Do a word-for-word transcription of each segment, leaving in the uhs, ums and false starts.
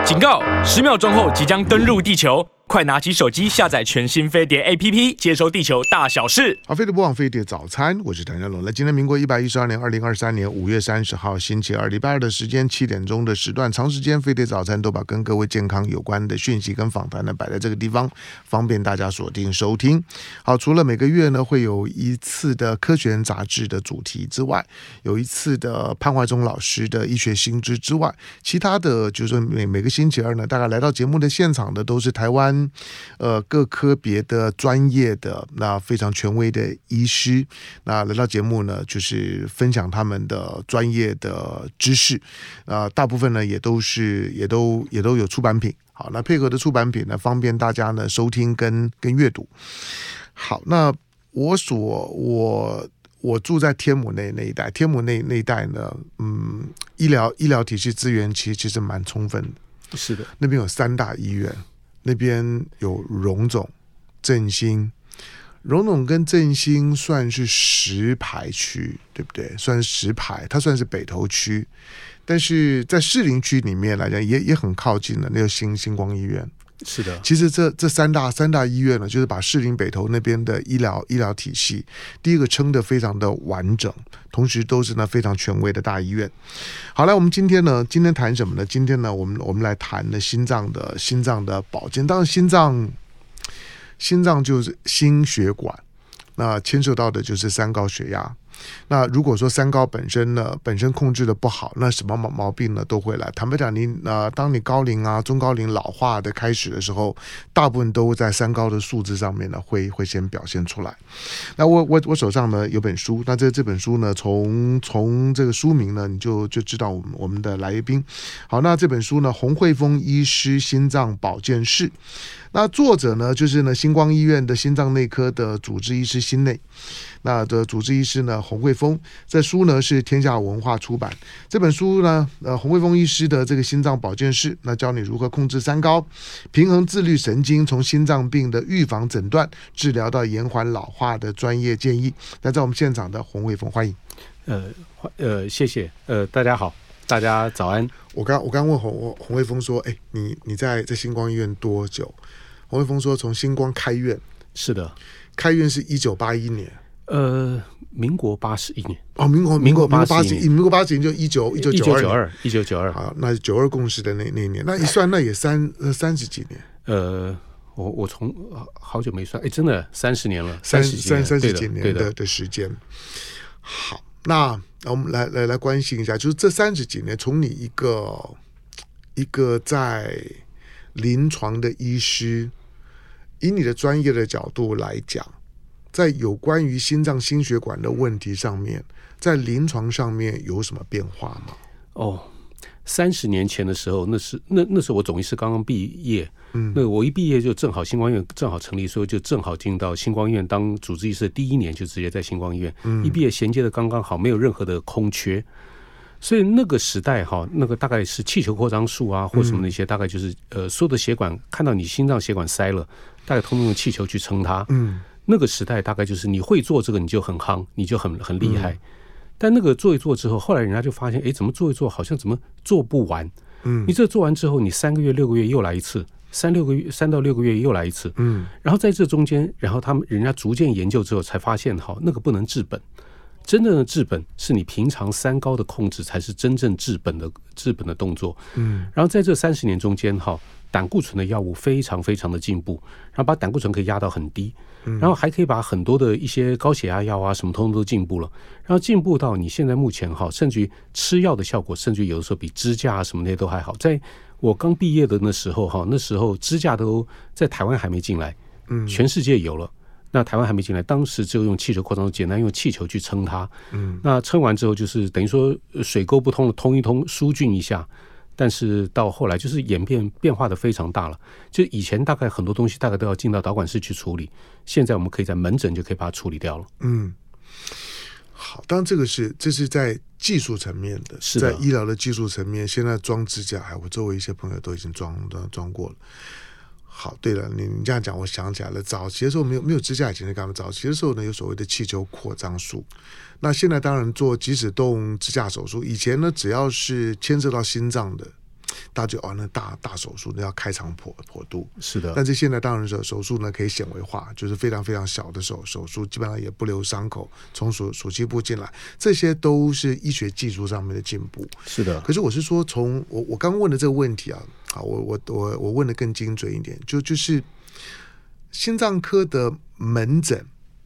警告！十秒钟后即将登陆地球，快拿起手机下载全新飞碟 A P P， 接收地球大小事。 好，飞碟播网飞碟早餐，我是谭家龙。来，今天民国一百一十二年二零二三年五月三十号星期二，礼拜二的时间七点钟的时段，长时间飞碟早餐都把跟各位健康有关的讯息跟访谈呢摆在这个地方，方便大家锁定收听。好，除了每个月呢会有一次的科学人杂志的主题之外，有一次的潘怀忠老师的医学新知之外，其他的就是每每个星期二呢，大概来到节目的现场的都是台湾呃各科别的专业的那非常权威的医师，那来到节目呢，就是分享他们的专业的知识，呃，大部分呢也都是也都也都有出版品。好，那配合的出版品呢，方便大家呢收听跟跟阅读。好，那我所我我住在天母那那一带，天母那那一带呢，嗯，医疗医疗体系资源其实其实蛮充分的。 是的， 那边有三大医院，那边有荣总、振兴。荣总跟振兴算是石牌区，对不对？算是石牌，它算是北投区，但是在士林区里面来讲，也也很靠近的，那个星星光医院。 是的， 其实这这三大三大医院呢，就是把士林北投那边的医疗医疗体系，第一个撑得非常的完整，同时都是呢非常权威的大医院。好，来，我们今天呢，今天谈什么呢？今天呢，我们我们来谈的心脏的心脏的保健。当然，心脏心脏就是心血管，那牵涉到的就是三高血压。那如果说三高本身呢，本身控制的不好，那什么毛病呢都会来。坦白讲，你呃，当你高龄啊、中高龄老化的开始的时候，大部分都在三高的数字上面呢，会会先表现出来。那我我我手上呢有本书，那这这本书呢，从从这个书名呢，你就就知道我们我们的来宾。好，那这本书呢，洪慧峰医师心脏保健室。那作者呢，就是呢星光医院的心脏内科的主治医师心内，那的主治医师呢洪慧峰。这书呢是天下文化出版。这本书呢，呃，洪慧峰医师的这个心脏保健室，那教你如何控制三高，平衡自律神经，从心脏病的预防、诊断、治疗到延缓老化的专业建议。那在我们现场的洪慧峰，欢迎。 呃呃，谢谢，呃，大家好。大家早安。 我刚我刚问洪洪慧峰说，哎，你你在在星光医院多久？洪慧峰说，从星光开院。 是的， 开院是一九八一年。 呃，民国八十一年。 哦，民国民国八十一年， 民国八十年就一九一九九二， 一九九二。 好，那九二共识的那那一年，那一算那也三三十几年。 呃，我我从好久没算，哎，真的三十年了， 三三三十几年的的, 的时间。好，那我们来来来关心一下，就是这三十几年，从你一个一个在临床的医师，以你的专业的角度来讲，在有关于心脏心血管的问题上面，在临床上面有什么变化吗？ 哦，三十年前的时候，那是那那时候我总医师刚刚毕业，嗯，那我一毕业就正好星光医院正好成立，所以就正好进到星光医院当主治医师的第一年，就直接在星光医院，嗯，一毕业衔接的刚刚好，没有任何的空缺。所以那个时代哈，那个大概是气球扩张术啊，或什么那些，大概就是呃，所有的血管看到你心脏血管塞了，大概通通用气球去撑它。嗯，那个时代大概就是你会做这个，你就很夯，你就很很厉害。嗯，但那个做一做之后，后来人家就发现，哎，怎么做一做好像怎么做不完？嗯，你这做完之后，你三个月、六个月又来一次，三六个月、三到六个月又来一次。嗯，然后在这中间，然后他们人家逐渐研究之后，才发现，好，那个不能治本。真正的治本是你平常三高的控制，才是真正治本的治本的动作。嗯，然后在这三十年中间，哈，胆固醇的药物非常非常的进步，然后把胆固醇可以压到很低，然后还可以把很多的一些高血压药啊什么通通都进步了，然后进步到你现在目前哈，甚至于吃药的效果，甚至于有的时候比支架啊什么那些都还好。在我刚毕业的那时候哈，那时候支架都在台湾还没进来，嗯，全世界有了。那台湾还没进来，当时只有用气球扩张，简单用气球去撑它。嗯，那撑完之后，就是等于说水沟不通了，通一通，疏浚一下。但是到后来就是演变变化的非常大了。就以前大概很多东西大概都要进到导管室去处理，现在我们可以在门诊就可以把它处理掉了。嗯， 好，当然这个是这是在技术层面的， 是的， 在医疗的技术层面，现在装支架，我周围一些朋友都已经装装过了。好，对了，你你这样讲，我想起来了。早期的时候没有没有支架以前是干嘛？早期的时候呢，有所谓的气球扩张术。那现在当然做即使动支架手术，以前呢只要是牵涉到心脏的， 大家就哦，那大大手术那要开肠破破肚， 是的。 但是现在当然手手术呢可以显微化，就是非常非常小的手手术，基本上也不留伤口，从属属脐部进来，这些都是医学技术上面的进步。 是的。 可是我是说从，从我我刚问的这个问题啊，好，我我我我问的更精准一点，就就是心脏科的门诊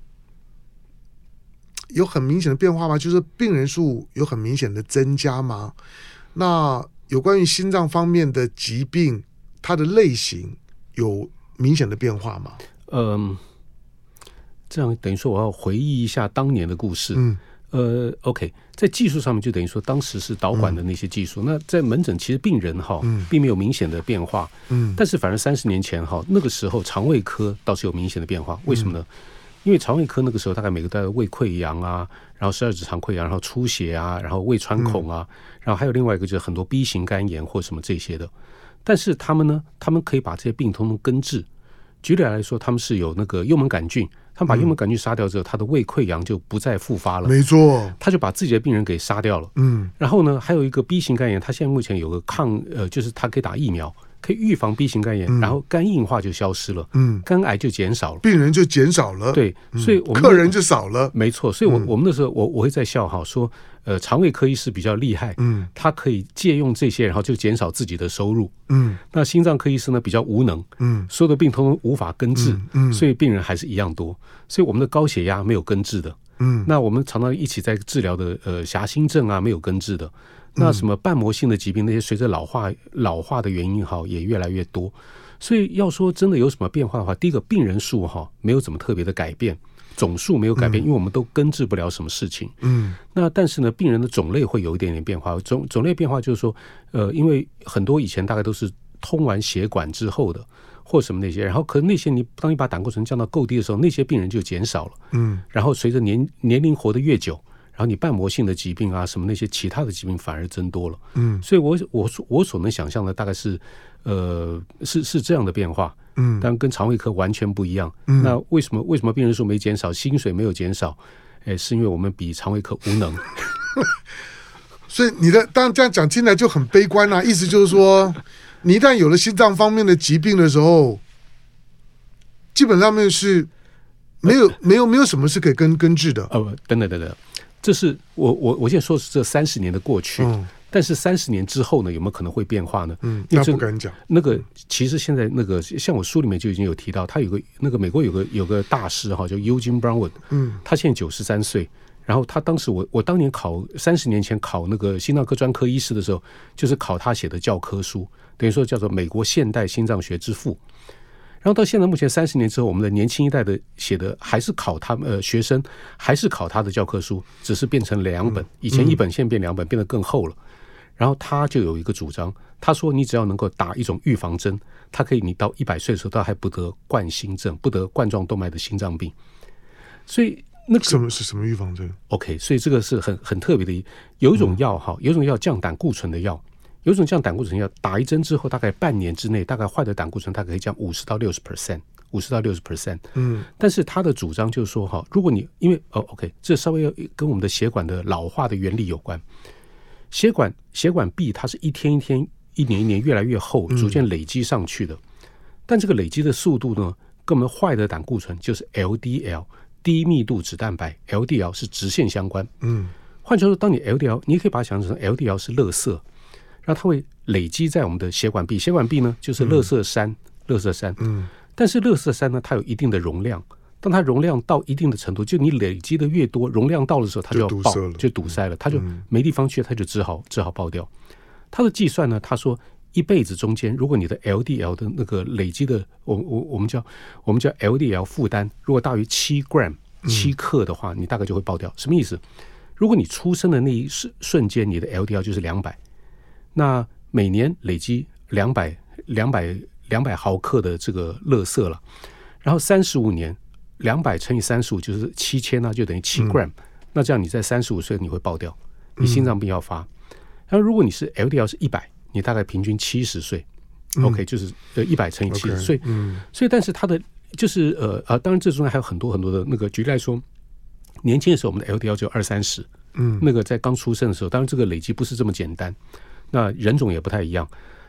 有很明显的变化吗？就是病人数有很明显的增加吗？那有关于心脏方面的疾病，它的类型有明显的变化吗？ 嗯，这样等于说我要回忆一下当年的故事。 嗯， 呃 ，OK， 在技术上面就等于说当时是导管的那些技术，嗯、那在门诊其实病人哈、嗯、并没有明显的变化。嗯，但是反而三十年前哈那个时候肠胃科倒是有明显的变化，为什么呢？嗯，因为肠胃科那个时候大概每个都在胃溃疡啊，然后十二指肠溃疡，然后出血啊，然后胃穿孔啊、嗯，然后还有另外一个就是很多 B 型肝炎或什么这些的。但是他们呢，他们可以把这些病通通根治。举例来说，他们是有那个幽门杆菌，他们把幽门杆菌杀掉之后，他的胃溃疡就不再复发了。 没错， 他就把自己的病人给杀掉了。嗯，然后呢，还有一个 B 型肝炎，他现在目前有个抗呃，就是他可以打疫苗。可以预防 B 型肝炎、嗯，然后肝硬化就消失了，嗯，肝癌就减少了， 病人就减少了， 对，所以我们、 嗯、客人就少了， 没错。所以我，我、嗯、我们那时候我我会在笑哈，说，呃，肠胃科医师比较厉害，嗯，他可以借用这些，然后就减少自己的收入，嗯，那心脏科医师呢比较无能，嗯，所有的病通通无法根治，嗯，嗯所以病人还是一样多，所以我们的高血压没有根治的，嗯，那我们常常一起在治疗的呃狭心症啊没有根治的。那什么瓣膜性的疾病，那些随着老化老化的原因哈也越来越多，所以要说真的有什么变化的话，第一个病人数哈没有怎么特别的改变，总数没有改变，因为我们都根治不了什么事情。嗯，那但是呢，病人的种类会有一点点变化，种种类变化就是说，呃，因为很多以前大概都是通完血管之后的，或什么那些，然后可能那些你当你把胆固醇降到够低的时候，那些病人就减少了。嗯，然后随着年年龄活得越久。然后你瓣膜性的疾病啊，什么那些其他的疾病反而增多了，嗯，所以我我我所能想象的大概是，呃，是是这样的变化，嗯，但跟肠胃科完全不一样。嗯，那为什么为什么病人数没减少，薪水没有减少？哎，是因为我们比肠胃科无能。 所以你的当然这样讲听起来就很悲观啊，意思就是说，你一旦有了心脏方面的疾病的时候，基本上面是没有、呃、没有没有什么是可以根根治的。 呃，等等等等。这是我我我现在说的是这三十年的过去，嗯、但是三十年之后呢，有没有可能会变化呢？ 嗯，那不敢讲。 那个其实现在那个像我书里面就已经有提到，他有个那个美国有个有个大师哈，叫 Eugene Brownwood， 嗯，他现在九十三岁，然后他当时我我当年考三十年前考那个心脏科专科医师的时候，就是考他写的教科书，等于说叫做美国现代心脏学之父。然后到现在目前三十年之后，我们的年轻一代的写的还是考他们呃学生还是考他的教科书，只是变成两本，以前一本现在变两本，变得更厚了。然后他就有一个主张，他说你只要能够打一种预防针，他可以你到一百岁的时候，他还不得冠心症，不得冠状动脉的心脏病。所以那个什么是什么预防针 ？OK， 所以这个是很很特别的，有一种药哈，有一种药降胆固醇的药。有一种降胆固醇药，打一针之后，大概半年之内，大概坏的胆固醇它可以降五十到六十 percent， 五十到六十 percent。嗯，但是他的主张就是说哈，如果你因为哦 ，OK， 这稍微要跟我们的血管的老化的原理有关。血管血管壁它是一天一天、一年一年越来越厚，逐渐累积上去的。嗯、但这个累积的速度呢，跟我们坏的胆固醇就是 L D L 低密度脂蛋白 L D L 是直线相关。嗯，换句话说，当你 L D L， 你也可以把它想象成 L D L 是垃圾。然后它会累积在我们的血管壁，血管壁呢就是垃圾山，嗯、垃圾山。嗯，但是垃圾山呢，它有一定的容量，当它容量到一定的程度，就你累积的越多，容量到的时候，它就要爆，就堵塞了，它就没地方去，它就只好只好爆掉。它的计算呢，他说一辈子中间，如果你的 L D L 的那个累积的，我我我们叫我们叫 L D L 负担，如果大于七 gram 七克的话，你大概就会爆掉。什么意思？如果你出生的那一瞬间，你的 L D L 就是两百。那每年累积两百两百两百毫克的这个垃圾了，然后三十五年，两百乘以三十五就是七千啊，就等于七 gram、嗯。那这样你在三十五岁你会爆掉，你心脏病要发。然后如果你是 L D L 是一百，你大概平均七十岁、嗯、，OK， 就是呃一百乘以七十岁。嗯，所以但是它的就是呃呃，当然这中间还有很多很多的那个，举例来说，年轻的时候我们的 L D L 就二三十，嗯，那个在刚出生的时候，当然这个累积不是这么简单。那人种也不太一样，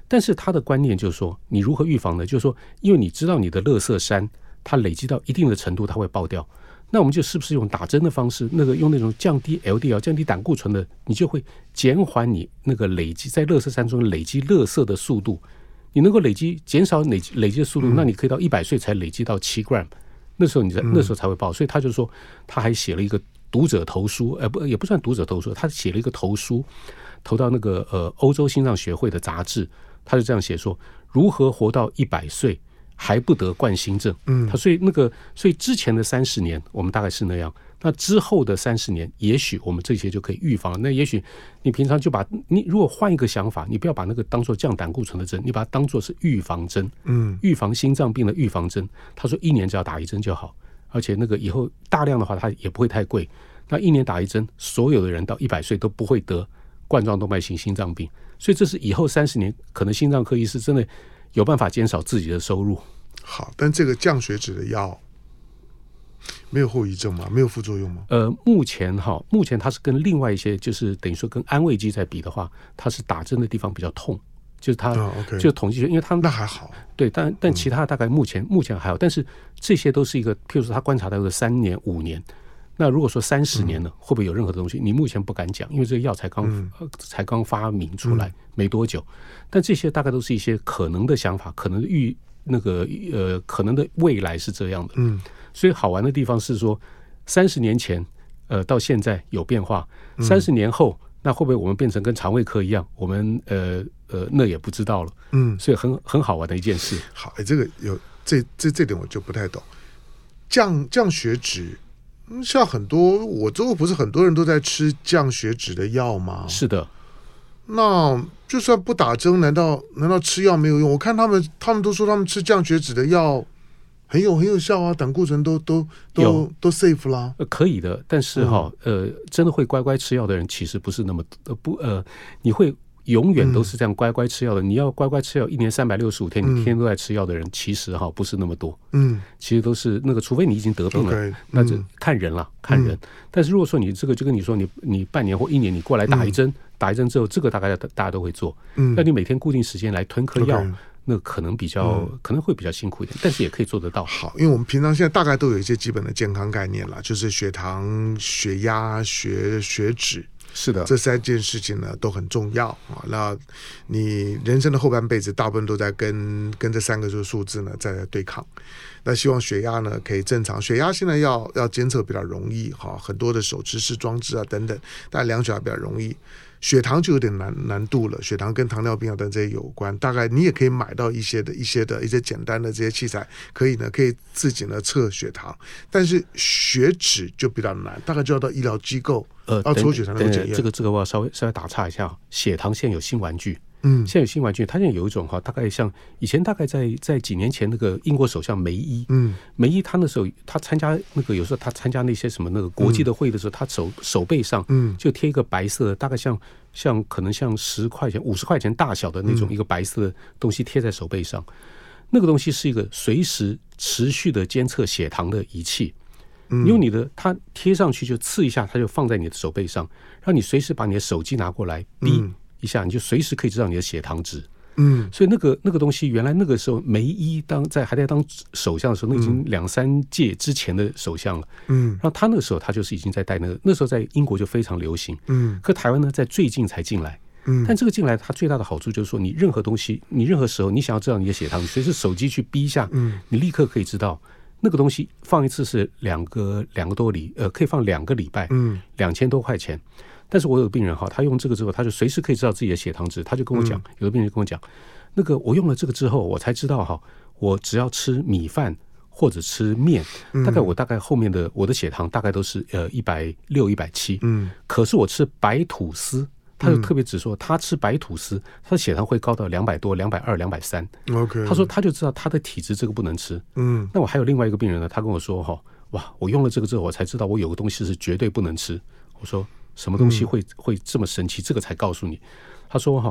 但是他的观念就是说，你如何预防呢？就是说，因为你知道你的垃圾山它累积到一定的程度，它会爆掉。那我们就是不是用打针的方式，那个用那种降低 L D L、降低胆固醇的，你就会减缓你那个累积在垃圾山中累积垃圾的速度。你能够累积减少累积累积的速度，那你可以到一百岁才累积到七 gram， 那时候你在那时候才会爆。所以他就说，他还写了一个读者投书，呃不也不算读者投书，他写了一个投书，投到那个呃欧洲心脏学会的杂志，他就这样写说，如何活到一百岁。还不得冠心症，嗯，他所以那个，所以之前的三十年我们大概是那样，那之后的三十年，也许我们这些就可以预防了。那也许你平常就把你如果换一个想法，你不要把那个当做降胆固醇的针，你把它当做是预防针，嗯，预防心脏病的预防针。他说一年只要打一针就好，而且那个以后大量的话，它也不会太贵。那一年打一针，所有的人到一百岁都不会得冠状动脉性心脏病。所以这是以后三十年可能心脏科医师真的有办法减少自己的收入。 好，但这个降血脂的药没有后遗症吗？没有副作用吗？ 呃，目前哈，目前它是跟另外一些，就是等于说跟安慰剂在比的话，它是打针的地方比较痛，就是它， 哦 okay、 就是统计学，因为他们那还好， 对，但但其他大概目前、嗯、目前还好，但是这些都是一个，譬如说他观察到的三年、五年。那如果说三十年呢，会不会有任何的东西？你目前不敢讲，因为这个药才刚、嗯呃、才刚发明出来、嗯、没多久。但这些大概都是一些可能的想法，可能预那个呃可能的未来是这样的。嗯，所以好玩的地方是说，三十年前呃到现在有变化，三十年后、嗯、那会不会我们变成跟肠胃科一样？我们呃呃那也不知道了。嗯，所以很很好玩的一件事。 好，哎，这个有这这这点我就不太懂，降降血脂。像很多我周围不是很多人都在吃降血脂的药吗？ 是的， 那就算不打针，难道难道吃药没有用？我看他们他们都说他们吃降血脂的药很有很有效啊，胆固醇都都都都 safe 啦、 呃。可以的，但是哈、嗯，呃，真的会乖乖吃药的人其实不是那么呃不呃，你会。永远都是这样乖乖吃药的、嗯、你要乖乖吃药一年三百六十五天你天天都在吃药的人、嗯、其实哈不是那么多，嗯，其实都是那个除非你已经得病了、okay, 那就看人了、嗯、看人、嗯、但是如果说你这个就跟你说你你半年或一年你过来打一针、嗯、打一针之后这个大概大家都会做，嗯，那你每天固定时间来吞颗药、okay, 那可能比较、嗯、可能会比较辛苦一点，但是也可以做得到。 好，因为我们平常现在大概都有一些基本的健康概念了，就是血糖、血压、血血脂， 是的， 这三件事情呢都很重要啊。那你人生的后半辈子，大部分都在跟跟这三个数字呢在对抗。那希望血压呢可以正常，血压现在要要监测比较容易哈，很多的手持式装置啊等等，但量血压比较容易。血糖就有点难难度了，血糖跟糖尿病啊等这些有关，大概你也可以买到一些的一些的一些简单的这些器材，可以呢可以自己呢测血糖，但是血脂就比较难，大概就要到医疗机构呃要抽血才能够检验。 这个这个我要稍微稍微打岔一下，血糖现在有新玩具。嗯，现在有新玩具，它现在有一种哈，大概像以前大概在在几年前那个英国首相梅伊，嗯，梅伊他那时候他参加那个有时候他参加那些什么那个国际的会议的时候，嗯、他手手背上嗯就贴一个白色的，大概像像可能像十块钱五十块钱大小的那种一个白色的东西贴在手背上，嗯、那个东西是一个随时持续的监测血糖的仪器。嗯、用你的它贴上去就刺一下，它就放在你的手背上，让你随时把你的手机拿过来逼。嗯一下你就随时可以知道你的血糖值，嗯，所以那个那个东西原来那个时候梅伊当在还在当首相的时候，那已经两三届之前的首相了，嗯，然后他那个时候他就是已经在带那个，那时候在英国就非常流行，嗯，可台湾呢在最近才进来，嗯，但这个进来它最大的好处就是说，你任何东西，你任何时候你想要知道你的血糖，你随时手机去逼一下，嗯，你立刻可以知道。那个东西放一次是两个两个多礼，呃，可以放两个礼拜，嗯，两千多块钱。但是我有病人哈，他用这个之后，他就随时可以知道自己的血糖值，他就跟我讲，嗯、有的病人跟我讲，那个我用了这个之后，我才知道哈，我只要吃米饭或者吃面，大概我大概后面的我的血糖大概都是呃一百六、一百七，嗯，可是我吃白吐司，他就特别只说他吃白吐司，他的血糖会高到两百多、两百二、两百三。OK， 他说他就知道他的体质这个不能吃。嗯，那我还有另外一个病人呢，他跟我说哈，哇，我用了这个之后，我才知道我有个东西是绝对不能吃。我说什么东西会、嗯、会这么神奇？这个才告诉你。他说哈，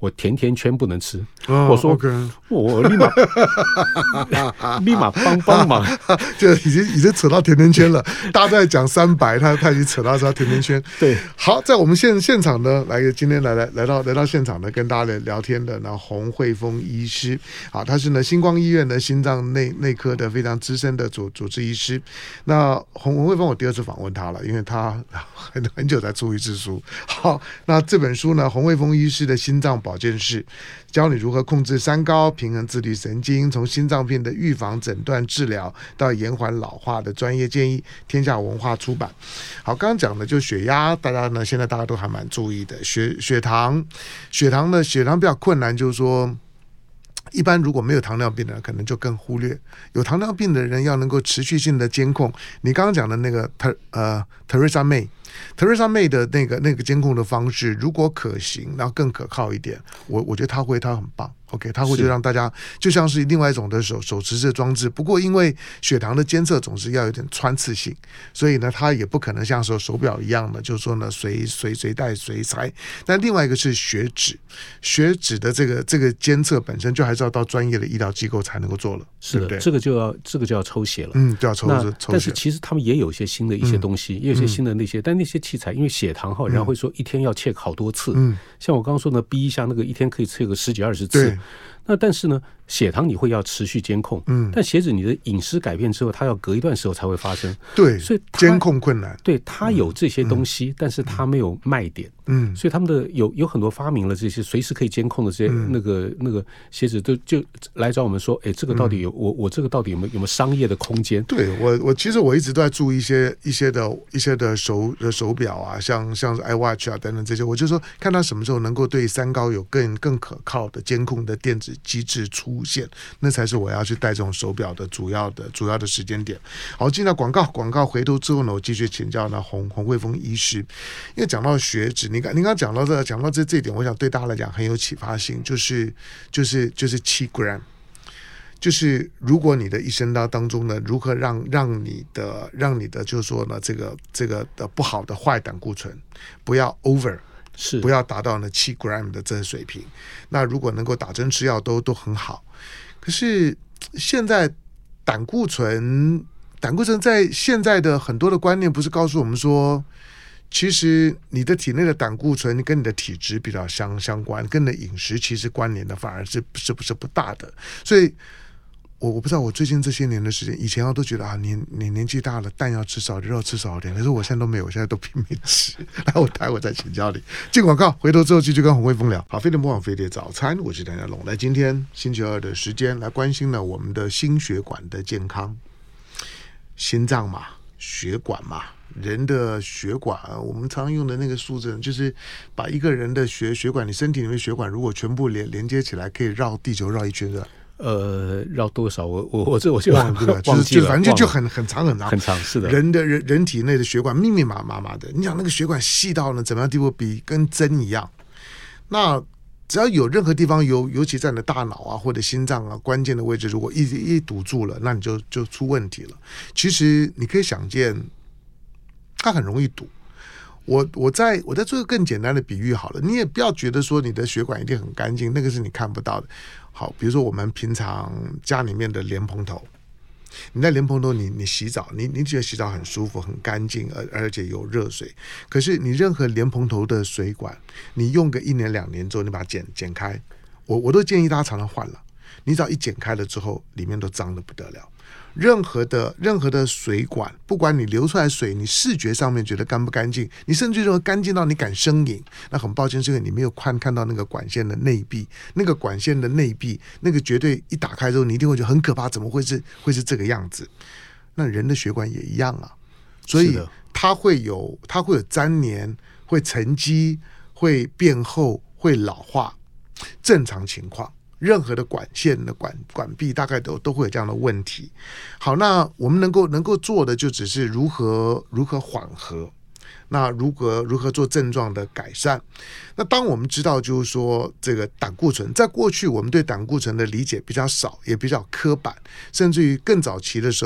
我甜甜圈不能吃。 哦、 我说 okay. 我立马立马帮帮忙， 就已经已经扯到甜甜圈了。大家都在讲三百，他他已经扯到这甜甜圈。 对， 好，在我们现现场呢，来今天来来来到来到现场呢，跟大家聊天的呢，洪慧峰医师，好，他是呢星光医院的心脏内内科的非常资深的主主治医师。那洪洪慧峰，我第二次访问他了，因为他很很久才出一次书。好，那这本书呢，洪慧峰医师的心脏保健室，教你如何控制三高，平衡自律神经，从心脏病的预防、诊断、治疗到延缓老化的专业建议，天下文化出版。好，刚刚讲的就血压，大家呢现在大家都还蛮注意的。血血糖，血糖呢，血糖比较困难，就是说。一般如果没有糖尿病的人，可能就更忽略。有糖尿病的人要能够持续性的监控。你刚刚讲的那个特呃 Theresa May。Theresa May 的那个那个监控的方式，如果可行，然后更可靠一点，我我觉得他会，他很棒。OK， 他会就让大家就像是另外一种的手手持式装置。不过因为血糖的监测总是要有点穿刺性，所以呢，它也不可能像手手表一样的，就是说呢随随随带随拆。但另外一个是血脂，血脂的这个这个监测本身就还是要到专业的医疗机构才能够做了。 是的， 对对这个就要这个就要抽血了。 嗯，就要抽抽血。 但是其实他们也有一些新的一些东西，嗯、也有一些新的那些，嗯、但那些器材因为血糖哈，人家会说一天要check好多次。嗯，像我刚刚说呢，逼一下那个一天可以check个十几二十次。那但是呢，血糖你会要持续监控，嗯，但血脂你的饮食改变之后，它要隔一段时候才会发生， 对， 所以监控困难， 对，它有这些东西，嗯、但是它没有卖点，嗯，所以他们的有有很多发明了这些随时可以监控的这些、嗯、那个那个血脂，都就来找我们说，哎，这个到底有、嗯、我我这个到底有没有有没有商业的空间？ 对我我其实我一直都在注意一些一些的一些的手的手表啊，像像 iWatch 啊等等这些，我就说看它什么时候能够对三高有更更可靠的监控的电子机制出现，那才是我要去戴这种手表的主要的主要的时间点。好，进到广告，广告回头之后呢，我继续请教呢洪洪慧峰医师，因为讲到血脂，你刚你刚刚讲到这讲到这这一点，我想对大家来讲很有启发性，就是就是就是七 gram。就是如果你的一生当中呢，如何让让你的让你的就是说呢，这个这个的不好的坏胆固醇不要 over。 是不要达到呢七 gram 的这个水平，那如果能够打针吃药都都很好。可是现在胆固醇，胆固醇在现在的很多的观念不是告诉我们说，其实你的体内的胆固醇跟你的体质比较相相关，跟你的饮食其实关联的反而是是不是不大的，所以。我我不知道，我最近这些年的时间，以前我都觉得啊，你你年纪大了，蛋要吃少，肉要吃少一点。可是我现在都没有，我现在都拼命吃。来，我待会再请教你。进广告，回头之后继续跟洪慧峰聊。好，飞碟播放飞碟早餐，我是谭家龙。来，今天星期二的时间来关心了我们的心血管的健康，心脏嘛，血管嘛。人的血管，我们常用的那个数字，就是把一个人的血血管，你身体里面血管如果全部连连接起来，可以绕地球绕一圈的。 呃，绕多少？我我我这我就忘了，就是就反正就就很很长很长很长，是的。 人的人人体内的血管密密麻麻麻的，你想那个血管细到呢怎么样地步，比跟针一样。那只要有任何地方有，尤其在你的大脑啊或者心脏啊关键的位置，如果一一堵住了，那你就就出问题了。其实你可以想见，它很容易堵。我我在我在做个更简单的比喻好了，你也不要觉得说你的血管一定很干净，那个是你看不到的。好，比如说我们平常家里面的莲蓬头，你在莲蓬头你你洗澡，你你觉得洗澡很舒服很干净，而而且有热水。可是你任何莲蓬头的水管，你用个一年两年之后，你把它剪剪开，我我都建议大家常常换了。你只要一剪开了之后，里面都脏得不得了。任何的任何的水管，不管你流出来水，你视觉上面觉得干不干净，你甚至认为干净到你敢呻吟，那很抱歉，是因为你没有看看到那个管线的内壁，那个管线的内壁，那个绝对一打开之后，你一定会觉得很可怕，怎么会是会是这个样子？那人的血管也一样啊，所以它会有它会有粘连，会沉积，会变厚，会老化，正常情况。任何的管线的管管壁大概都都会有这样的问题。好，那我们能够能够做的就只是如何如何缓和，那如何如何做症状的改善。那当我们知道就是说这个胆固醇，在过去我们对胆固醇的理解比较少，也比较刻板，甚至于更早期的时候，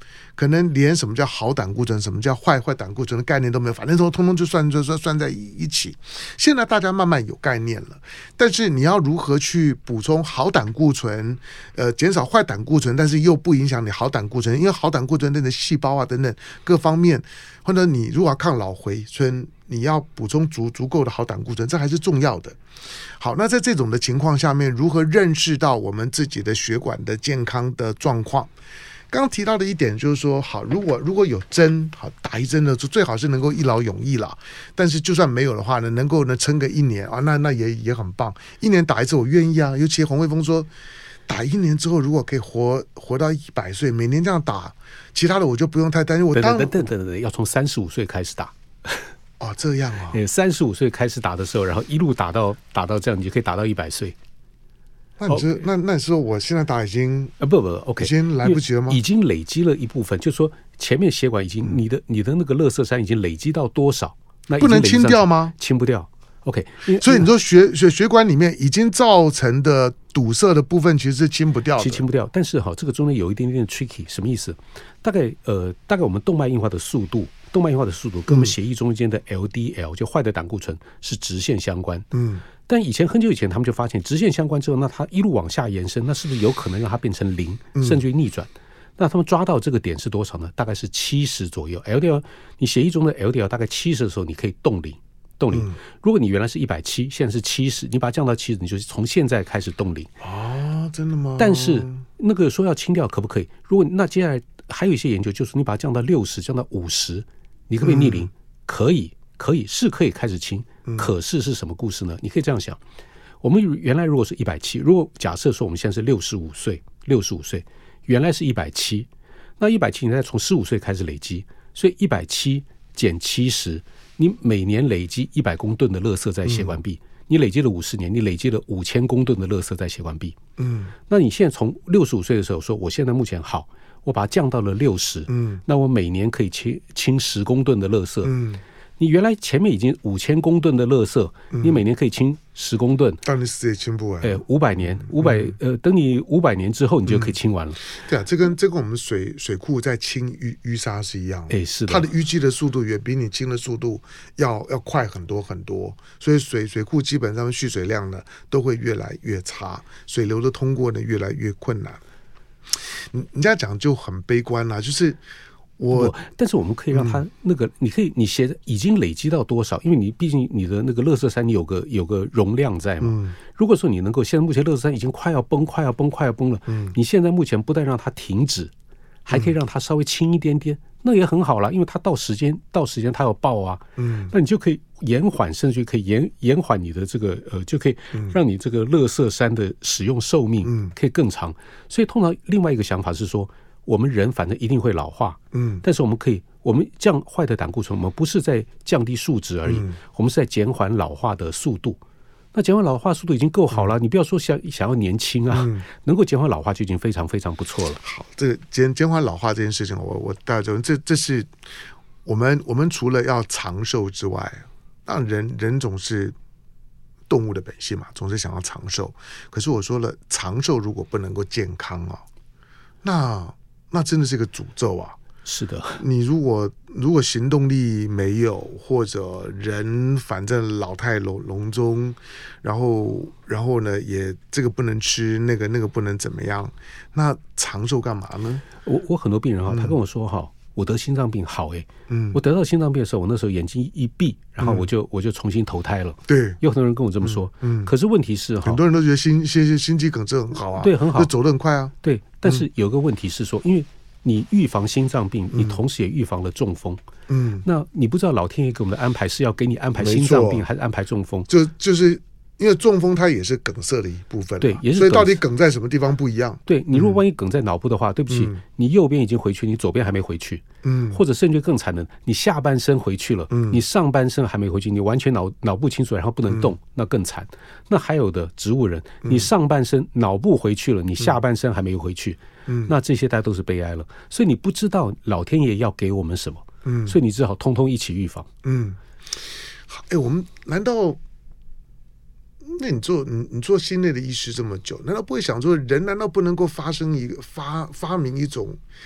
可能连什么叫好胆固醇、什么叫坏坏胆固醇的概念都没有，反正都通通就算就算算在一起。现在大家慢慢有概念了，但是你要如何去补充好胆固醇，呃，减少坏胆固醇，但是又不影响你好胆固醇，因为好胆固醇等等细胞啊等等各方面，或者你如果要抗老回春，你要补充足足够的好胆固醇，这还是重要的。好，那在这种的情况下面，如何认识到我们自己的血管的健康的状况？刚刚提到的一点就是说，好，如果如果有针，好打一针呢，就最好是能够一劳永逸啦。但是就算没有的话呢，能够呢撑个一年啊，那那也也很棒。一年打一次，我愿意啊。尤其洪卫峰说，打一年之后，如果可以活活到一百岁，每年这样打，其他的我就不用太担心。我当等等等等，要从三十五岁开始打。 哦，这样啊。 三十五岁开始打的时候，然后一路打到打到这样，你就可以打到一百岁。 那你是、哦、那那你说我现在打已经啊不不 OK 已经来不及了吗？ 已经累积了一部分，就是说前面血管已经、嗯、你的你的那个垃圾山已经累积到多少？那不能清掉吗？ 清不掉。OK， 所以你说血血血管里面已经造成的堵塞的部分其实是清不掉的， 其实清不掉。但是哈，这个中间有一点点 tricky， 什么意思？大概呃大概我们动脉硬化的速度。动脉硬化的速度跟我们血液中间的 L D L、嗯、就坏的胆固醇是直线相关。嗯，但以前很久以前他们就发现直线相关之后，那它一路往下延伸，那是不是有可能让它变成零，甚至于逆转？嗯、那他们抓到这个点是多少呢？大概是七十左右。L D L 你血液中的 L D L 大概七十的时候，你可以冻龄。冻龄、嗯，如果你原来是一百七，现在是七十，你把它降到七十，你就从现在开始冻龄。 啊，真的吗？ 但是那个说要清掉可不可以？如果那接下来还有一些研究，就是你把它降到六十，降到五十。你可不可以逆龄？嗯、可以，可以是可以开始清。可是是什么故事呢？你可以这样想：我们原来如果是一百七，如果假设说我们现在是六十五岁，六十五岁原来是一百七，那一百七你再从十五岁开始累积，所以一百七减七十，你每年累积一百公吨的垃圾在血管壁，嗯、你累积了五十年，你累积了五千公吨的垃圾在血管壁。嗯，那你现在从六十五岁的时候说，我现在目前好。我把它降到了六十，嗯，那我每年可以清清十公吨的垃圾，嗯，你原来前面已经五千公吨的垃圾，嗯、你每年可以清十公吨， 但你死也清不完， 哎，五百年，五百、嗯、呃，等你五百年之后，你就可以清完了。嗯、 对啊，这跟这跟我们水水库在清淤淤沙是一样的， 哎，是的， 它的淤积的速度远比你清的速度要要快很多很多，所以水水库基本上蓄水量呢都会越来越差，水流的通过呢越来越困难。你你这样讲就很悲观啦，就是我， 但是我们可以让它那个，嗯、你可以你写已经累积到多少？因为你毕竟你的那个垃圾山，你有个有个容量在嘛。嗯、如果说你能够现在目前垃圾山已经快要崩、快要崩、快要崩了，嗯、你现在目前不但让它停止，还可以让它稍微轻一点点，嗯、那也很好了，因为它到时间到时间它要爆啊，嗯，那你就可以延缓，甚至可以延延缓你的这个呃，就可以让你这个垃圾山的使用寿命可以更长。所以通常另外一个想法是说，我们人反正一定会老化，嗯，但是我们可以，我们降坏的胆固醇，我们不是在降低数值而已，嗯、我们是在减缓老化的速度。那减缓老化速度已经够好了，嗯、你不要说想想要年轻啊，嗯、能够减缓老化就已经非常非常不错了。 好，这个减减缓老化这件事情，我我大家就这这是我们我们除了要长寿之外。当然人人总是动物的本性嘛，总是想要长寿。可是我说了，长寿如果不能够健康啊，那那真的是一个诅咒啊。 是的， 你如果如果行动力没有，或者人反正老态龙龙钟，然后然后呢也这个不能吃，那个那个不能怎么样，那长寿干嘛呢？ 我我很多病人哈，他跟我说哈。嗯我得心脏病好哎、欸，嗯，我得到心脏病的时候，我那时候眼睛一闭，然后我就、嗯、我就重新投胎了。 对， 有很多人跟我这么说，嗯，嗯可是问题是哈， 很多人都觉得心心心肌梗塞很好啊， 对，很好， 就走得很快啊， 对。但是有个问题是说，因为你预防心脏病，你同时也预防了中风，嗯，那你不知道老天爷给我们的安排是要给你安排心脏病，还是安排中风？ 就就是。因为中风它也是梗塞的一部分， 对，也是。 所以到底梗在什么地方不一样？ 对，你如果万一梗在脑部的话，嗯、对不起，你右边已经回去，你左边还没回去，嗯，或者甚至更惨的，你下半身回去了，嗯，你上半身还没回去，你完全脑脑部清楚，然后不能动，嗯、那更惨。那还有的植物人，你上半身脑部回去了，你下半身还没有回去，嗯，那这些大家都是悲哀了。所以你不知道老天爷要给我们什么，嗯，所以你只好通通一起预防， 嗯。哎，我们难道？那你做你你做心内的医师这么久，难道不会想说，人难道不能够发生一个发发明一种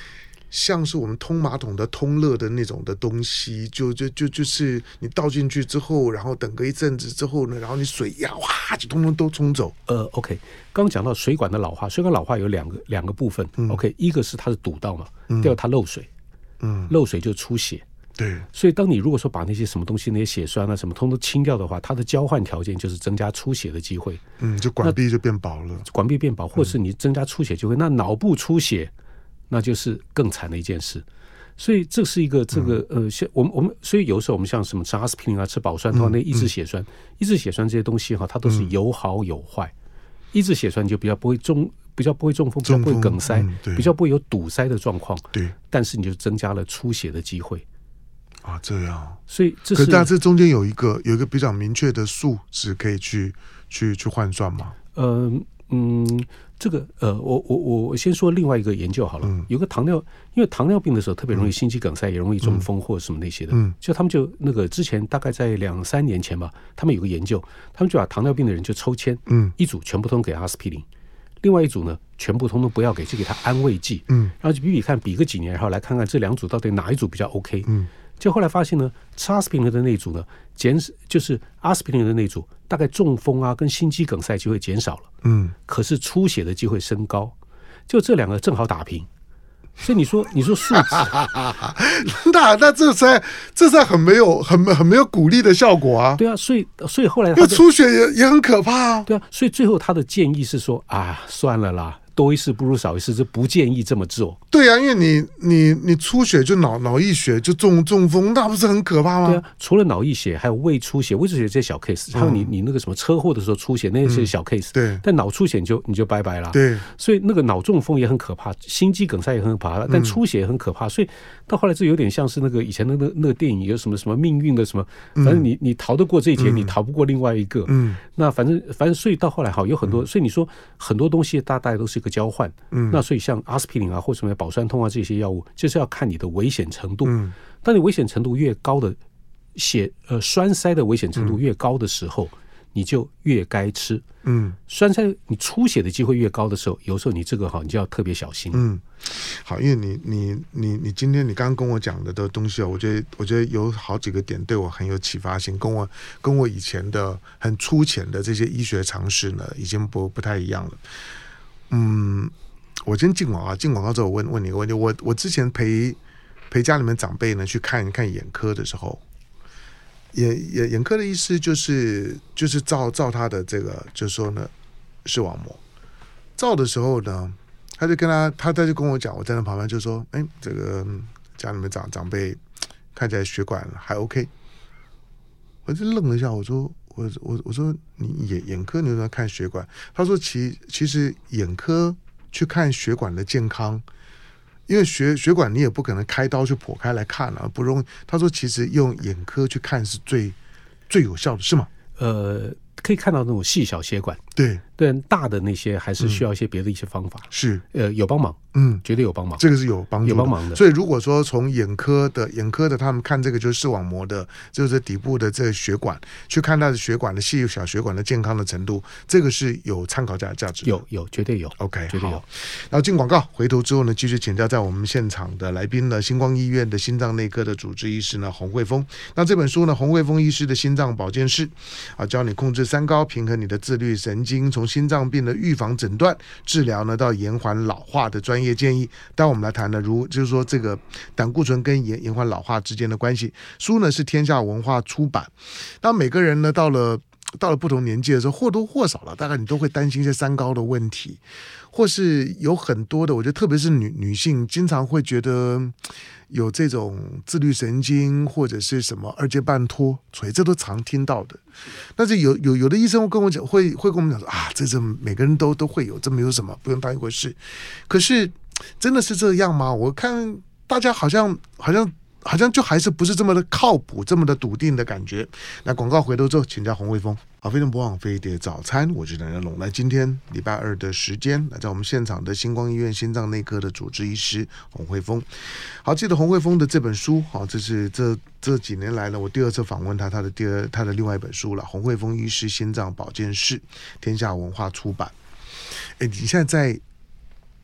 像是我们通马桶的通乐的那种的东西，就就就就是你倒进去之后，然后等个一阵子之后呢，然后你水呀哇就通通都冲走。 呃 ，OK， 刚刚讲到水管的老化，水管老化有两个两个部分、嗯、，OK， 一个是它是堵到嘛，嗯、第二个它漏水，嗯，漏水就出血。 对， 所以当你如果说把那些什么东西、那些血栓啊什么通都清掉的话，它的交换条件就是增加出血的机会。 嗯，就管壁就变薄了， 管壁变薄，或是你增加出血机会，嗯、那脑部出血，那就是更惨的一件事。所以这是一个这个、嗯、呃，像我们我们所以有时候我们像什么吃阿司匹林啊、吃保酸通、嗯、那抑制血栓、嗯、抑制血栓这些东西哈，它都是有好有坏。嗯、抑制血栓就比较不会中。比较不会中风，比较不会梗塞、嗯，比较不会有堵塞的状况。 对， 但是你就增加了出血的机会。 啊，这样。 所以这是， 可是它这中间有一个有一个比较明确的数值可以去去去换算吗？ 呃嗯，这个呃，我我我先说另外一个研究好了。嗯、有个糖尿，因为糖尿病的时候特别容易心肌梗塞，嗯、也容易中风或什么那些的。嗯，就他们就那个之前大概在两三年前吧，他们有个研究，他们就把糖尿病的人就抽签，嗯，一组全部都给阿司匹林。另外一组呢，全部通通不要给，就给他安慰剂，嗯，然后就比比看，比个几年，然后来看看这两组到底哪一组比较 OK， 嗯，就后来发现呢，吃阿司匹林的那一组呢，减就是阿司匹林的那一组，大概中风啊跟心肌梗塞机会减少了，嗯，可是出血的机会升高，就这两个正好打平。所以你说，你说数值， 那那这才这才很没有很很没有鼓励的效果啊！ 对啊，所以所以后来那出血也也很可怕啊！ 对啊，所以最后他的建议是说啊，算了啦，多一事不如少一事，就不建议这么做。 对啊，因为你你你出血就脑脑溢血就中中风，那不是很可怕吗？ 对啊，除了脑溢血，还有胃出血、胃出血这些小 case， 还有你你那个什么车祸的时候出血那些小 case，、嗯、 对， 但脑出血你就你就拜拜啦。 对， 所以那个脑中风也很可怕，心肌梗塞也很可怕，但出血也很可怕。嗯、所以到后来这有点像是那个以前的那那个电影有什么什么命运的什么，反正你你逃得过这一劫，嗯、你逃不过另外一个。嗯，那反正反正所以到后来好有很多，嗯、所以你说很多东西大概都是一个交换。嗯。那所以像阿司匹林啊或什么保酸通啊这些药物，就是要看你的危险程度。嗯，当你危险程度越高的血呃栓塞的危险程度越高的时候，嗯、你就越该吃。嗯，栓塞你出血的机会越高的时候，有时候你这个哈你就要特别小心。 嗯，好，因为你你你你今天你刚刚跟我讲的的东西啊，我觉得我觉得有好几个点对我很有启发性，跟我跟我以前的很粗浅的这些医学常识呢，已经不不太一样了。嗯。我今天进广告，进广告之后，我问问你一个问题。我我之前陪陪家里面长辈呢去看看眼科的时候，眼眼眼科的医师就是就是照照他的这个，就是说呢视网膜照的时候呢，他就跟他他他就跟我讲，我在那旁边就说，哎，这个家里面长长辈看起来血管还 OK。我就愣了一下，我说我我我说你眼眼科你为什么看血管？他说其其实眼科去看血管的健康，因为血血管你也不可能开刀去剖开来看啊，不容易。他说其实用眼科去看是最最有效的，是吗？ 呃，可以看到那种细小血管， 对对，大的那些还是需要一些别的一些方法， 嗯、是呃有帮忙， 嗯， 绝对有帮忙， 这个是有帮助的， 有帮忙的。 所以如果说从眼科的眼科的他们看这个就是视网膜的，就是底部的这个血管，去看它的血管的细小血管的健康的程度，这个是有参考价价值的， 有有绝对有 ，OK， 绝对有。 然后进广告，回头之后呢，继续请教在我们现场的来宾呢，星光医院的心脏内科的主治医师呢洪慧峰。那这本书呢，洪慧峰医师的心脏保健室啊，教你控制三高，平衡你的自律神经，从心脏病的预防、诊断、治疗呢，到延缓老化的专业建议。当我们来谈呢，如就是说这个胆固醇跟延延缓老化之间的关系。书呢是天下文化出版。那每个人呢，到了到了不同年纪的时候，或多或少了，大概你都会担心一些三高的问题，或是有很多的，我觉得特别是女女性，经常会觉得有这种自律神经或者是什么二阶半脱垂，这都常听到的。但是有有有的医生会跟我讲，会会跟我们讲说啊，这这每个人都都会有，这没有什么，不用当一回事。可是真的是这样吗？我看大家好像好像。好像就还是不是这么的靠谱，这么的笃定的感觉。那广告回头之后，请教洪慧峰。好，非常不枉飞碟早餐，我是梁家龙。来，今天礼拜二的时间，来在我们现场的星光医院心脏内科的主治医师洪慧峰。好，记得洪慧峰的这本书，好，这是这这几年来呢，我第二次访问他，他的第二他的另外一本书了，洪慧峰医师心脏保健室，天下文化出版。哎，你现在在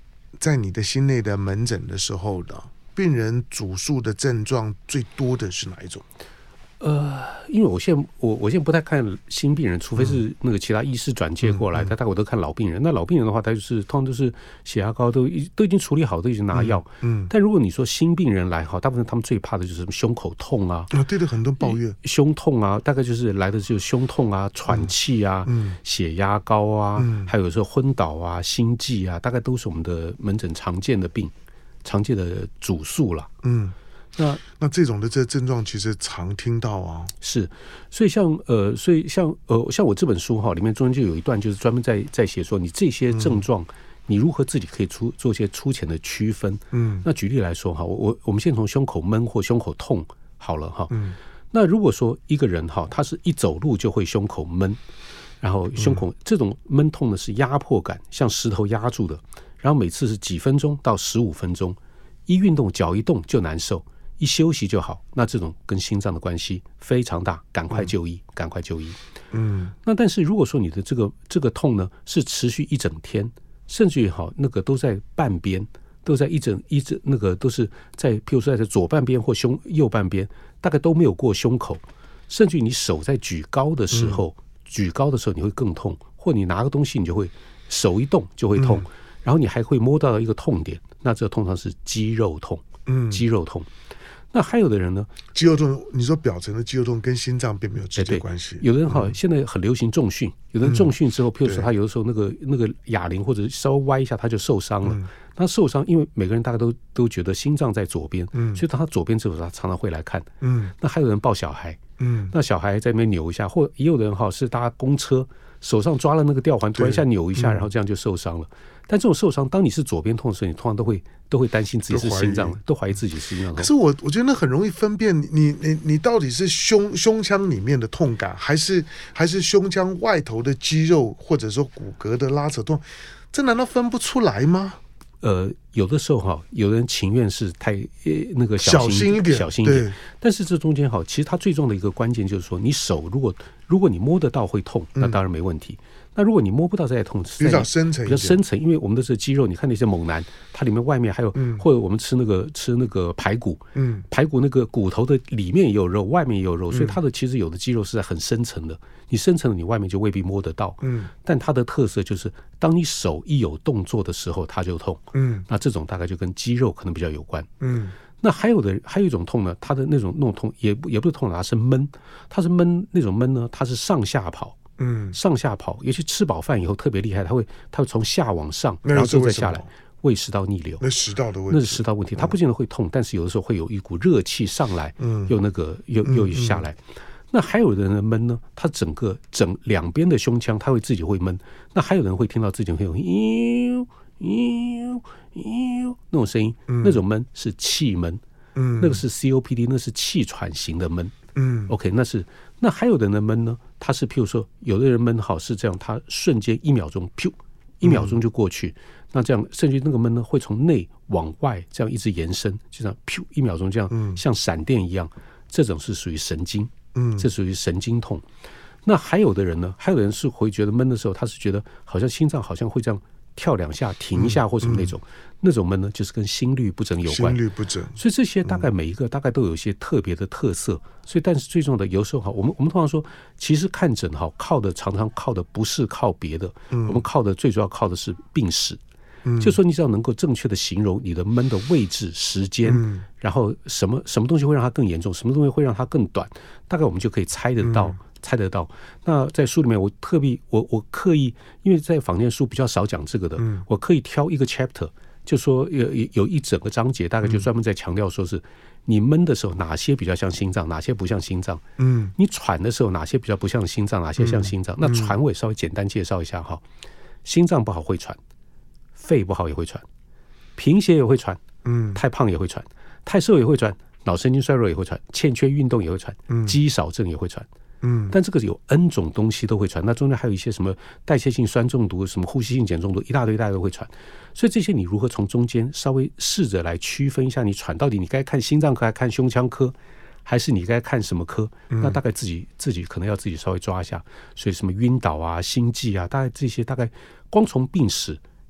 在你的心内的门诊的时候的病人主诉的症状最多的是哪一种？ 呃，因为我现在我我现在不太看新病人，除非是那个其他医师转介过来，他、嗯、大概我都看老病人。那老病人的话，他就是通常都是血压高，都都已经处理好，都已经拿药。嗯，嗯但如果你说新病人来哈，大部分他们最怕的就是什么胸口痛啊， 啊，对的，很多抱怨胸痛啊，大概就是来的就是胸痛啊、喘气啊、嗯、血压高啊，嗯、还有时候昏倒啊、心悸啊，大概都是我们的门诊常见的病、常见的主诉啦。嗯。 那那这种的这症状其实常听到啊， 是，所以像呃，所以像呃，像我这本书哈，里面中间就有一段就是专门在在写说，你这些症状，嗯、你如何自己可以出做一些粗浅的区分。嗯，那举例来说哈，我我我们先从胸口闷或胸口痛好了哈。嗯，那如果说一个人哈，他是一走路就会胸口闷，然后胸口、嗯、这种闷痛呢是压迫感，像石头压住的，然后每次是几分钟到十五分钟，一运动脚一动就难受。一休息就好，那这种跟心脏的关系非常大，赶快就医，赶、嗯、快就医。嗯，那但是如果说你的这个这个痛呢是持续一整天，甚至于好那个都在半边，都在一整一整那个都是在，譬如说在左半边或胸右半边，大概都没有过胸口，甚至于你手在举高的时候，嗯、举高的时候你会更痛，或你拿个东西你就会手一动就会痛，嗯、然后你还会摸到一个痛点，那这通常是肌肉痛，嗯，肌肉痛。那还有的人呢？ 肌肉痛，你说表层的肌肉痛跟心脏并没有直接关系。 有的人哈，嗯、现在很流行重训，有的人重训之后，嗯、譬如说他有的时候那个那个哑铃或者稍微歪一下，他就受伤了。嗯、他受伤，因为每个人大概都都觉得心脏在左边，嗯、所以当他左边之后，他常常会来看。嗯，那还有人抱小孩，嗯，那小孩在那边扭一下，或也有的人哈是搭公车，手上抓了那个吊环，突然一下扭一下，嗯、然后这样就受伤了。但这种受伤，当你是左边痛的时候，你通常都会都会担心自己是心脏，都怀疑自己是心脏痛。 可是我我觉得那很容易分辨你，你你你到底是胸胸腔里面的痛感，还是还是胸腔外头的肌肉或者说骨骼的拉扯痛，这难道分不出来吗？ 呃，有的时候哈，有人情愿是太呃那个小心, 小心一点， 小心一点。但是这中间哈，其实它最重要的一个关键就是说，你手如果如果你摸得到会痛，那当然没问题。嗯、那如果你摸不到再痛， 比较深层， 比较深层，因为我们的这肌肉，你看那些猛男，它里面外面还有，嗯、或者我们吃那个吃那个排骨，嗯，排骨那个骨头的里面也有肉，外面也有肉，所以它的其实有的肌肉是在很深层的。你深层的，你外面就未必摸得到。嗯，但它的特色就是，当你手一有动作的时候，它就痛。嗯，那这种大概就跟肌肉可能比较有关。嗯，那还有的还有一种痛呢，它的那种那种痛也也不是痛，它是闷，它是闷那种闷呢，它是上下跑。嗯，上下跑，尤其吃饱饭以后特别厉害，它会它会从下往上，然后之后再下来，胃食道逆流。 那食道的问题， 那是食道问题，它不见得会痛，但是有的时候会有一股热气上来，嗯，又那个又又下来。嗯嗯那还有的人闷呢，他整个整两边的胸腔他会自己会闷，那还有人会听到自己会有嘤嘤嘤那种声音，嗯、那种闷是气闷，嗯，那个是 C O P D， 那是气喘型的闷，嗯 ，OK， 那是那还有的人闷呢，他是譬如说有的人闷好是这样，他瞬间一秒钟，噗，一秒钟就过去，嗯、那这样甚至那个闷呢会从内往外这样一直延伸，就这样噗一秒钟这样，嗯、像闪电一样，这种是属于神经。嗯，这属于神经痛。那还有的人呢，还有的人是会觉得闷的时候，他是觉得好像心脏好像会这样跳两下、停一下或什么那种，嗯嗯、那种闷呢，就是跟心律不整有关。 心律不整， 所以这些大概每一个大概都有一些特别的特色。所以，但是最重要的，有时候哈，我们我们通常说，其实看诊哈，靠的常常靠的不是靠别的，嗯、我们靠的最主要靠的是病史。嗯、就说你只要能够正确的形容你的闷的位置、时间，嗯、然后什么什么东西会让它更严重，什么东西会让它更短，大概我们就可以猜得到，嗯、猜得到。那在书里面，我特别我我刻意，因为在坊间书比较少讲这个的，嗯、我刻意挑一个 chapter， 就说有有一整个章节，大概就专门在强调说是你闷的时候哪些比较像心脏，哪些不像心脏。嗯，你喘的时候哪些比较不像心脏，哪些像心脏。嗯、那喘我也稍微简单介绍一下哈，心脏不好会喘。肺不好也会喘，贫血也会喘，嗯，太胖也会喘，太瘦也会喘，脑神经衰弱也会喘，欠缺运动也会喘，嗯，肌少症也会喘，嗯，但这个有 N 种东西都会喘，那中间还有一些什么代谢性酸中毒、什么呼吸性碱中毒，一大堆一大堆都会喘，所以这些你如何从中间稍微试着来区分一下，你喘到底你该看心脏科还看胸腔科，还是你该看什么科？那大概自己自己可能要自己稍微抓一下，所以什么晕倒啊、心悸啊，大概这些大概光从病史。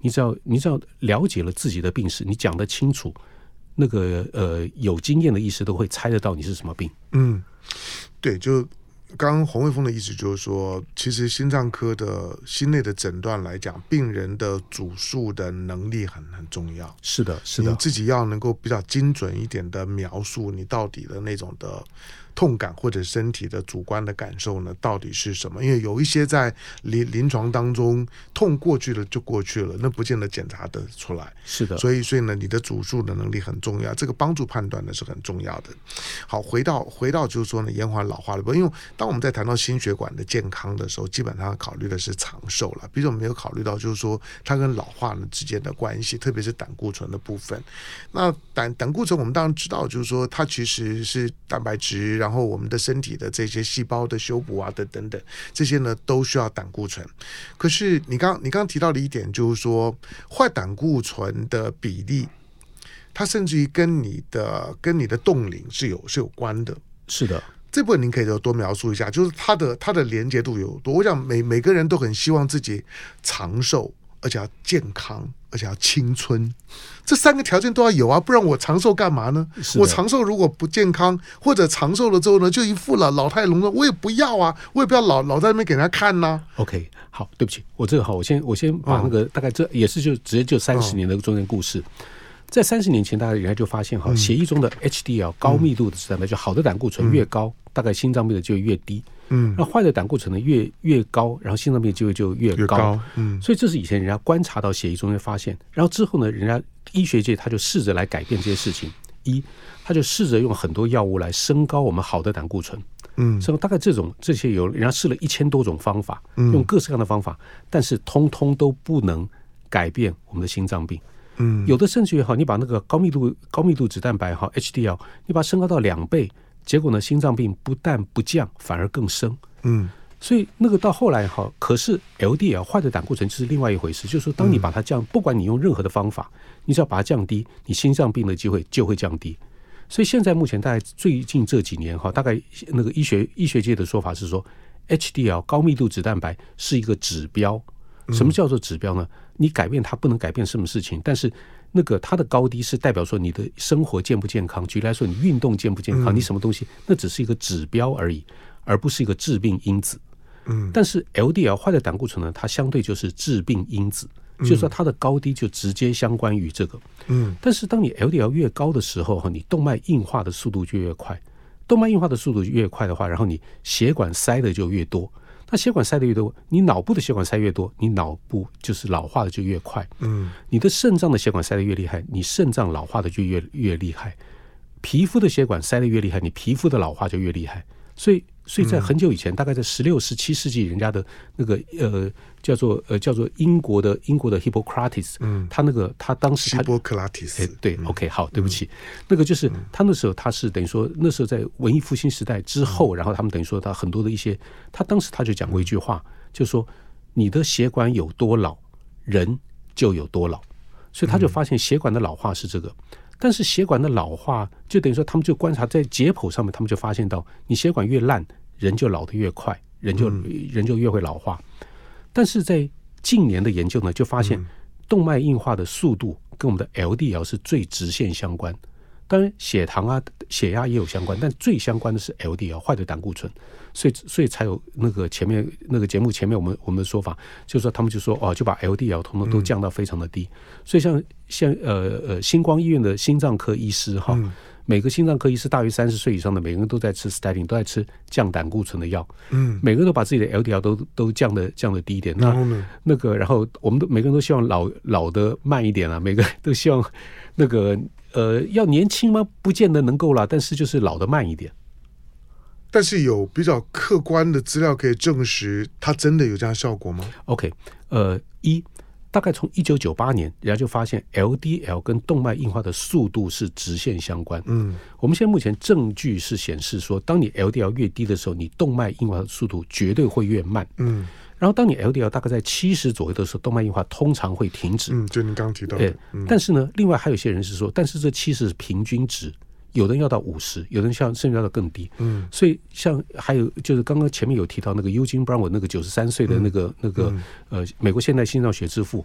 你只要你只要了解了自己的病史，你讲得清楚，那个呃有经验的医师都会猜得到你是什么病。 嗯，对，就刚刚洪卫峰的意思就是说，其实心脏科的心内的诊断来讲，病人的主诉的能力很很重要。 是的，是的， 你自己要能够比较精准一点的描述你到底的那种的痛感或者身体的主观的感受呢，到底是什么？因为有一些在临临床当中痛过去了就过去了，那不见得检查得出来。 是的， 所以所以呢，你的主诉的能力很重要，这个帮助判断呢是很重要的。好，回到回到就是说呢，延缓老化的部分，因为当我们在谈到心血管的健康的时候，基本上考虑的是长寿了，比如我们没有考虑到就是说它跟老化呢之间的关系，特别是胆固醇的部分。那胆胆固醇我们当然知道，就是说它其实是蛋白质。然后我们的身体的这些细胞的修补啊，等等等，这些呢都需要胆固醇。可是你刚你刚刚提到的一点就是说，坏胆固醇的比例，它甚至于跟你的跟你的冻龄是有是有关的。 是的， 这部分您可以多描述一下，就是它的它的连结度有多？我想每每个人都很希望自己长寿，而且要健康，而且要青春，这三个条件都要有啊，不然我长寿干嘛呢？我长寿如果不健康，或者长寿了之后呢，就一副了老态龙钟，我也不要啊，我也不要老老在那边给人家看呐、啊。 OK， 好，对不起，我这个好，我先我先把那个、嗯、大概这也是就直接就三十年的中间故事。嗯、在三十年前，大家人家就发现哈，血液中的 H D L 高密度的蛋白，就好的胆固醇越高，嗯、大概心脏病的就越低。嗯，那坏的胆固醇呢越越高，然后心脏病机会就越高。越高嗯，所以这是以前人家观察到血液中间发现，然后之后呢，人家医学界他就试着来改变这些事情。一，他就试着用很多药物来升高我们好的胆固醇。嗯，所以大概这种这些有人家试了一千多种方法，嗯、用各式各样的方法，但是通通都不能改变我们的心脏病。嗯，有的甚至于好，你把那个高密度高密度脂蛋白哈 H D L， 你把它升高到两倍。结果呢，心脏病不但不降，反而更升。嗯，所以那个到后来哈，可是 L D L 坏的胆固醇就是另外一回事，就是说，当你把它降，不管你用任何的方法，你只要把它降低，你心脏病的机会就会降低。所以现在目前大概最近这几年哈，大概那个医学医学界的说法是说 ，H D L 高密度脂蛋白是一个指标。什么叫做指标呢？你改变它不能改变什么事情，但是那个它的高低是代表说你的生活健不健康。举例来说，你运动健不健康，你什么东西，那只是一个指标而已，而不是一个致病因子。嗯，但是 L D L 坏的胆固醇呢，它相对就是致病因子，就是说它的高低就直接相关于这个。嗯，但是当你 L D L 越高的时候，你动脉硬化的速度就越快，动脉硬化的速度越快的话，然后你血管塞的就越多。那血管塞的越多，你脑部的血管塞越多，你脑部就是老化的就越快。嗯，你的肾脏的血管塞的越厉害，你肾脏老化的就越越厉害。皮肤的血管塞的越厉害，你皮肤的老化就越厉害。所以，所以在很久以前，嗯、大概在十六、十七世纪，人家的那个呃叫做呃叫做英国的英国的 Hippocrates， 嗯，他那个他当时他 Hippocrates， 对、嗯、，OK， 好，对不起，嗯、那个就是他那时候他是等于说那时候在文艺复兴时代之后，嗯、然后他们等于说他很多的一些，他当时他就讲过一句话，就说你的血管有多老，人就有多老，所以他就发现血管的老化是这个。嗯但是血管的老化，就等于说他们就观察在解剖上面，他们就发现到，你血管越烂，人就老得越快，人就、嗯、人就越会老化。但是在近年的研究呢，就发现动脉硬化的速度跟我们的 L D L 是最直线相关。当然血糖啊、血压也有相关，但最相关的是 L D L 坏的胆固醇，所以所以才有那个前面那个节目前面我们我们的说法，就是说他们就说哦，就把 L D L 统统都降到非常的低。嗯、所以像像呃呃星光医院的心脏科医师哈，嗯、每个心脏科医师大于三十岁以上的，每个人都在吃 statin， 都在吃降胆固醇的药。嗯，每个人都把自己的 L D L 都都降的降的低一点。那那个然后我们都每个人都希望老老的慢一点啊，每个人都希望那个。呃，要年轻吗？不见得能够啦，但是就是老得慢一点。 但是有比较客观的资料可以证实，它真的有这样效果吗 ？OK， 呃，一大概从一九九八年，人家就发现 L D L 跟动脉硬化的速度是直线相关。嗯，我们现在目前证据是显示说，当你 L D L 越低的时候，你动脉硬化的速度绝对会越慢。嗯。然后，当你 L D L 大概在七十左右的时候，动脉硬化通常会停止。 嗯，就你刚刚提到的。 嗯、但是呢，另外还有些人是说，但是这七十是平均值，有人要到五十，有人像甚至要到更低。嗯，所以像还有就是刚刚前面有提到那个 Eugene Braunwald 那个九十三岁的那个、嗯、那个呃美国现代心脏学之父，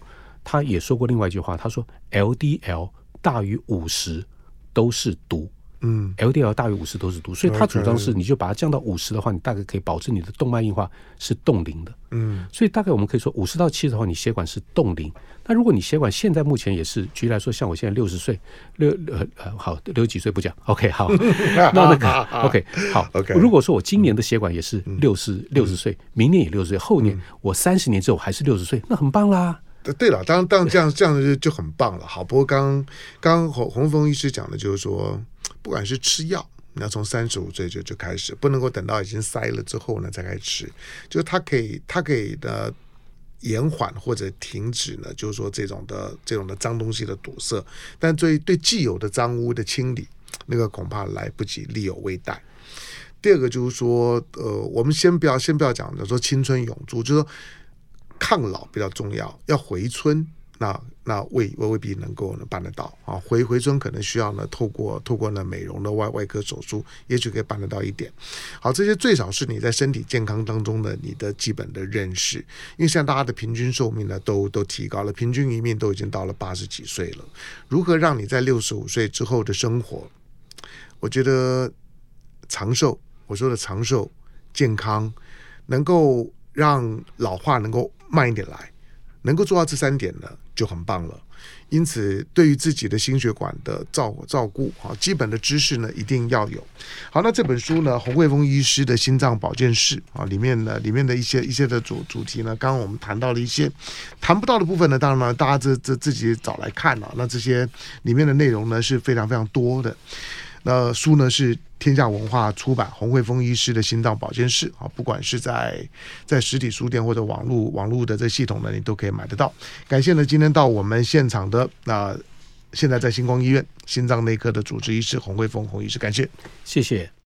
他也说过另外一句话，他说 L D L 大于五十都是毒。 嗯 ，L D L 大于五十都是毒，所以他主张是，你就把它降到五十的话，你大概可以保证你的动脉硬化是冻龄的。 嗯， 所以大概我们可以说五十到七十的话，你血管是冻龄。那如果你血管现在目前也是，举例来说，像我现在六十岁，六呃呃好六十几岁不讲 ，OK 好，那那个 OK 好 OK 如果说我今年的血管也是六十六十岁，明年也六十岁，后年我三十年之后还是六十岁，那很棒啦。 对了，当然当然这样这样就就很棒了。好，不过刚刚洪洪峰医师讲的就是说，不管是吃药，你要从三十五岁就就开始，不能够等到已经塞了之后呢再开始吃，就是它可以它可以的延缓或者停止呢，就是说这种的这种的脏东西的堵塞，但对对既有的脏污的清理，那个恐怕来不及，力有未逮。第二个就是说，呃，我们先不要先不要讲的说青春永驻，就是说抗老比较重要，要回春。那那未未必能够呢办得到啊，回回春可能需要呢透过透过呢美容的外外科手术，也许可以办得到一点。好，这些最少是你在身体健康当中的你的基本的认识，因为现在大家的平均寿命呢都都提高了，平均余命都已经到了八十几岁了。如何让你在六十五岁之后的生活，我觉得长寿，我说的长寿健康，能够让老化能够慢一点来，能够做到这三点呢就很棒了。因此对于自己的心血管的照照顾，基本的知识呢一定要有。好，那这本书呢，洪慧峰医师的心脏保健室啊，里面呢里面的一些一些的主主题呢，刚刚我们谈到了一些，谈不到的部分呢，当然了大家这这自己找来看啊，那这些里面的内容呢是非常非常多的。那书呢是天下文化出版洪慧峰医师的心脏保健室啊，不管是在在实体书店或者网络网络的这系统呢，你都可以买得到。感谢呢今天到我们现场的那、呃、现在在星光医院心脏内科的主治医师洪慧峰洪医师，感谢， 谢谢。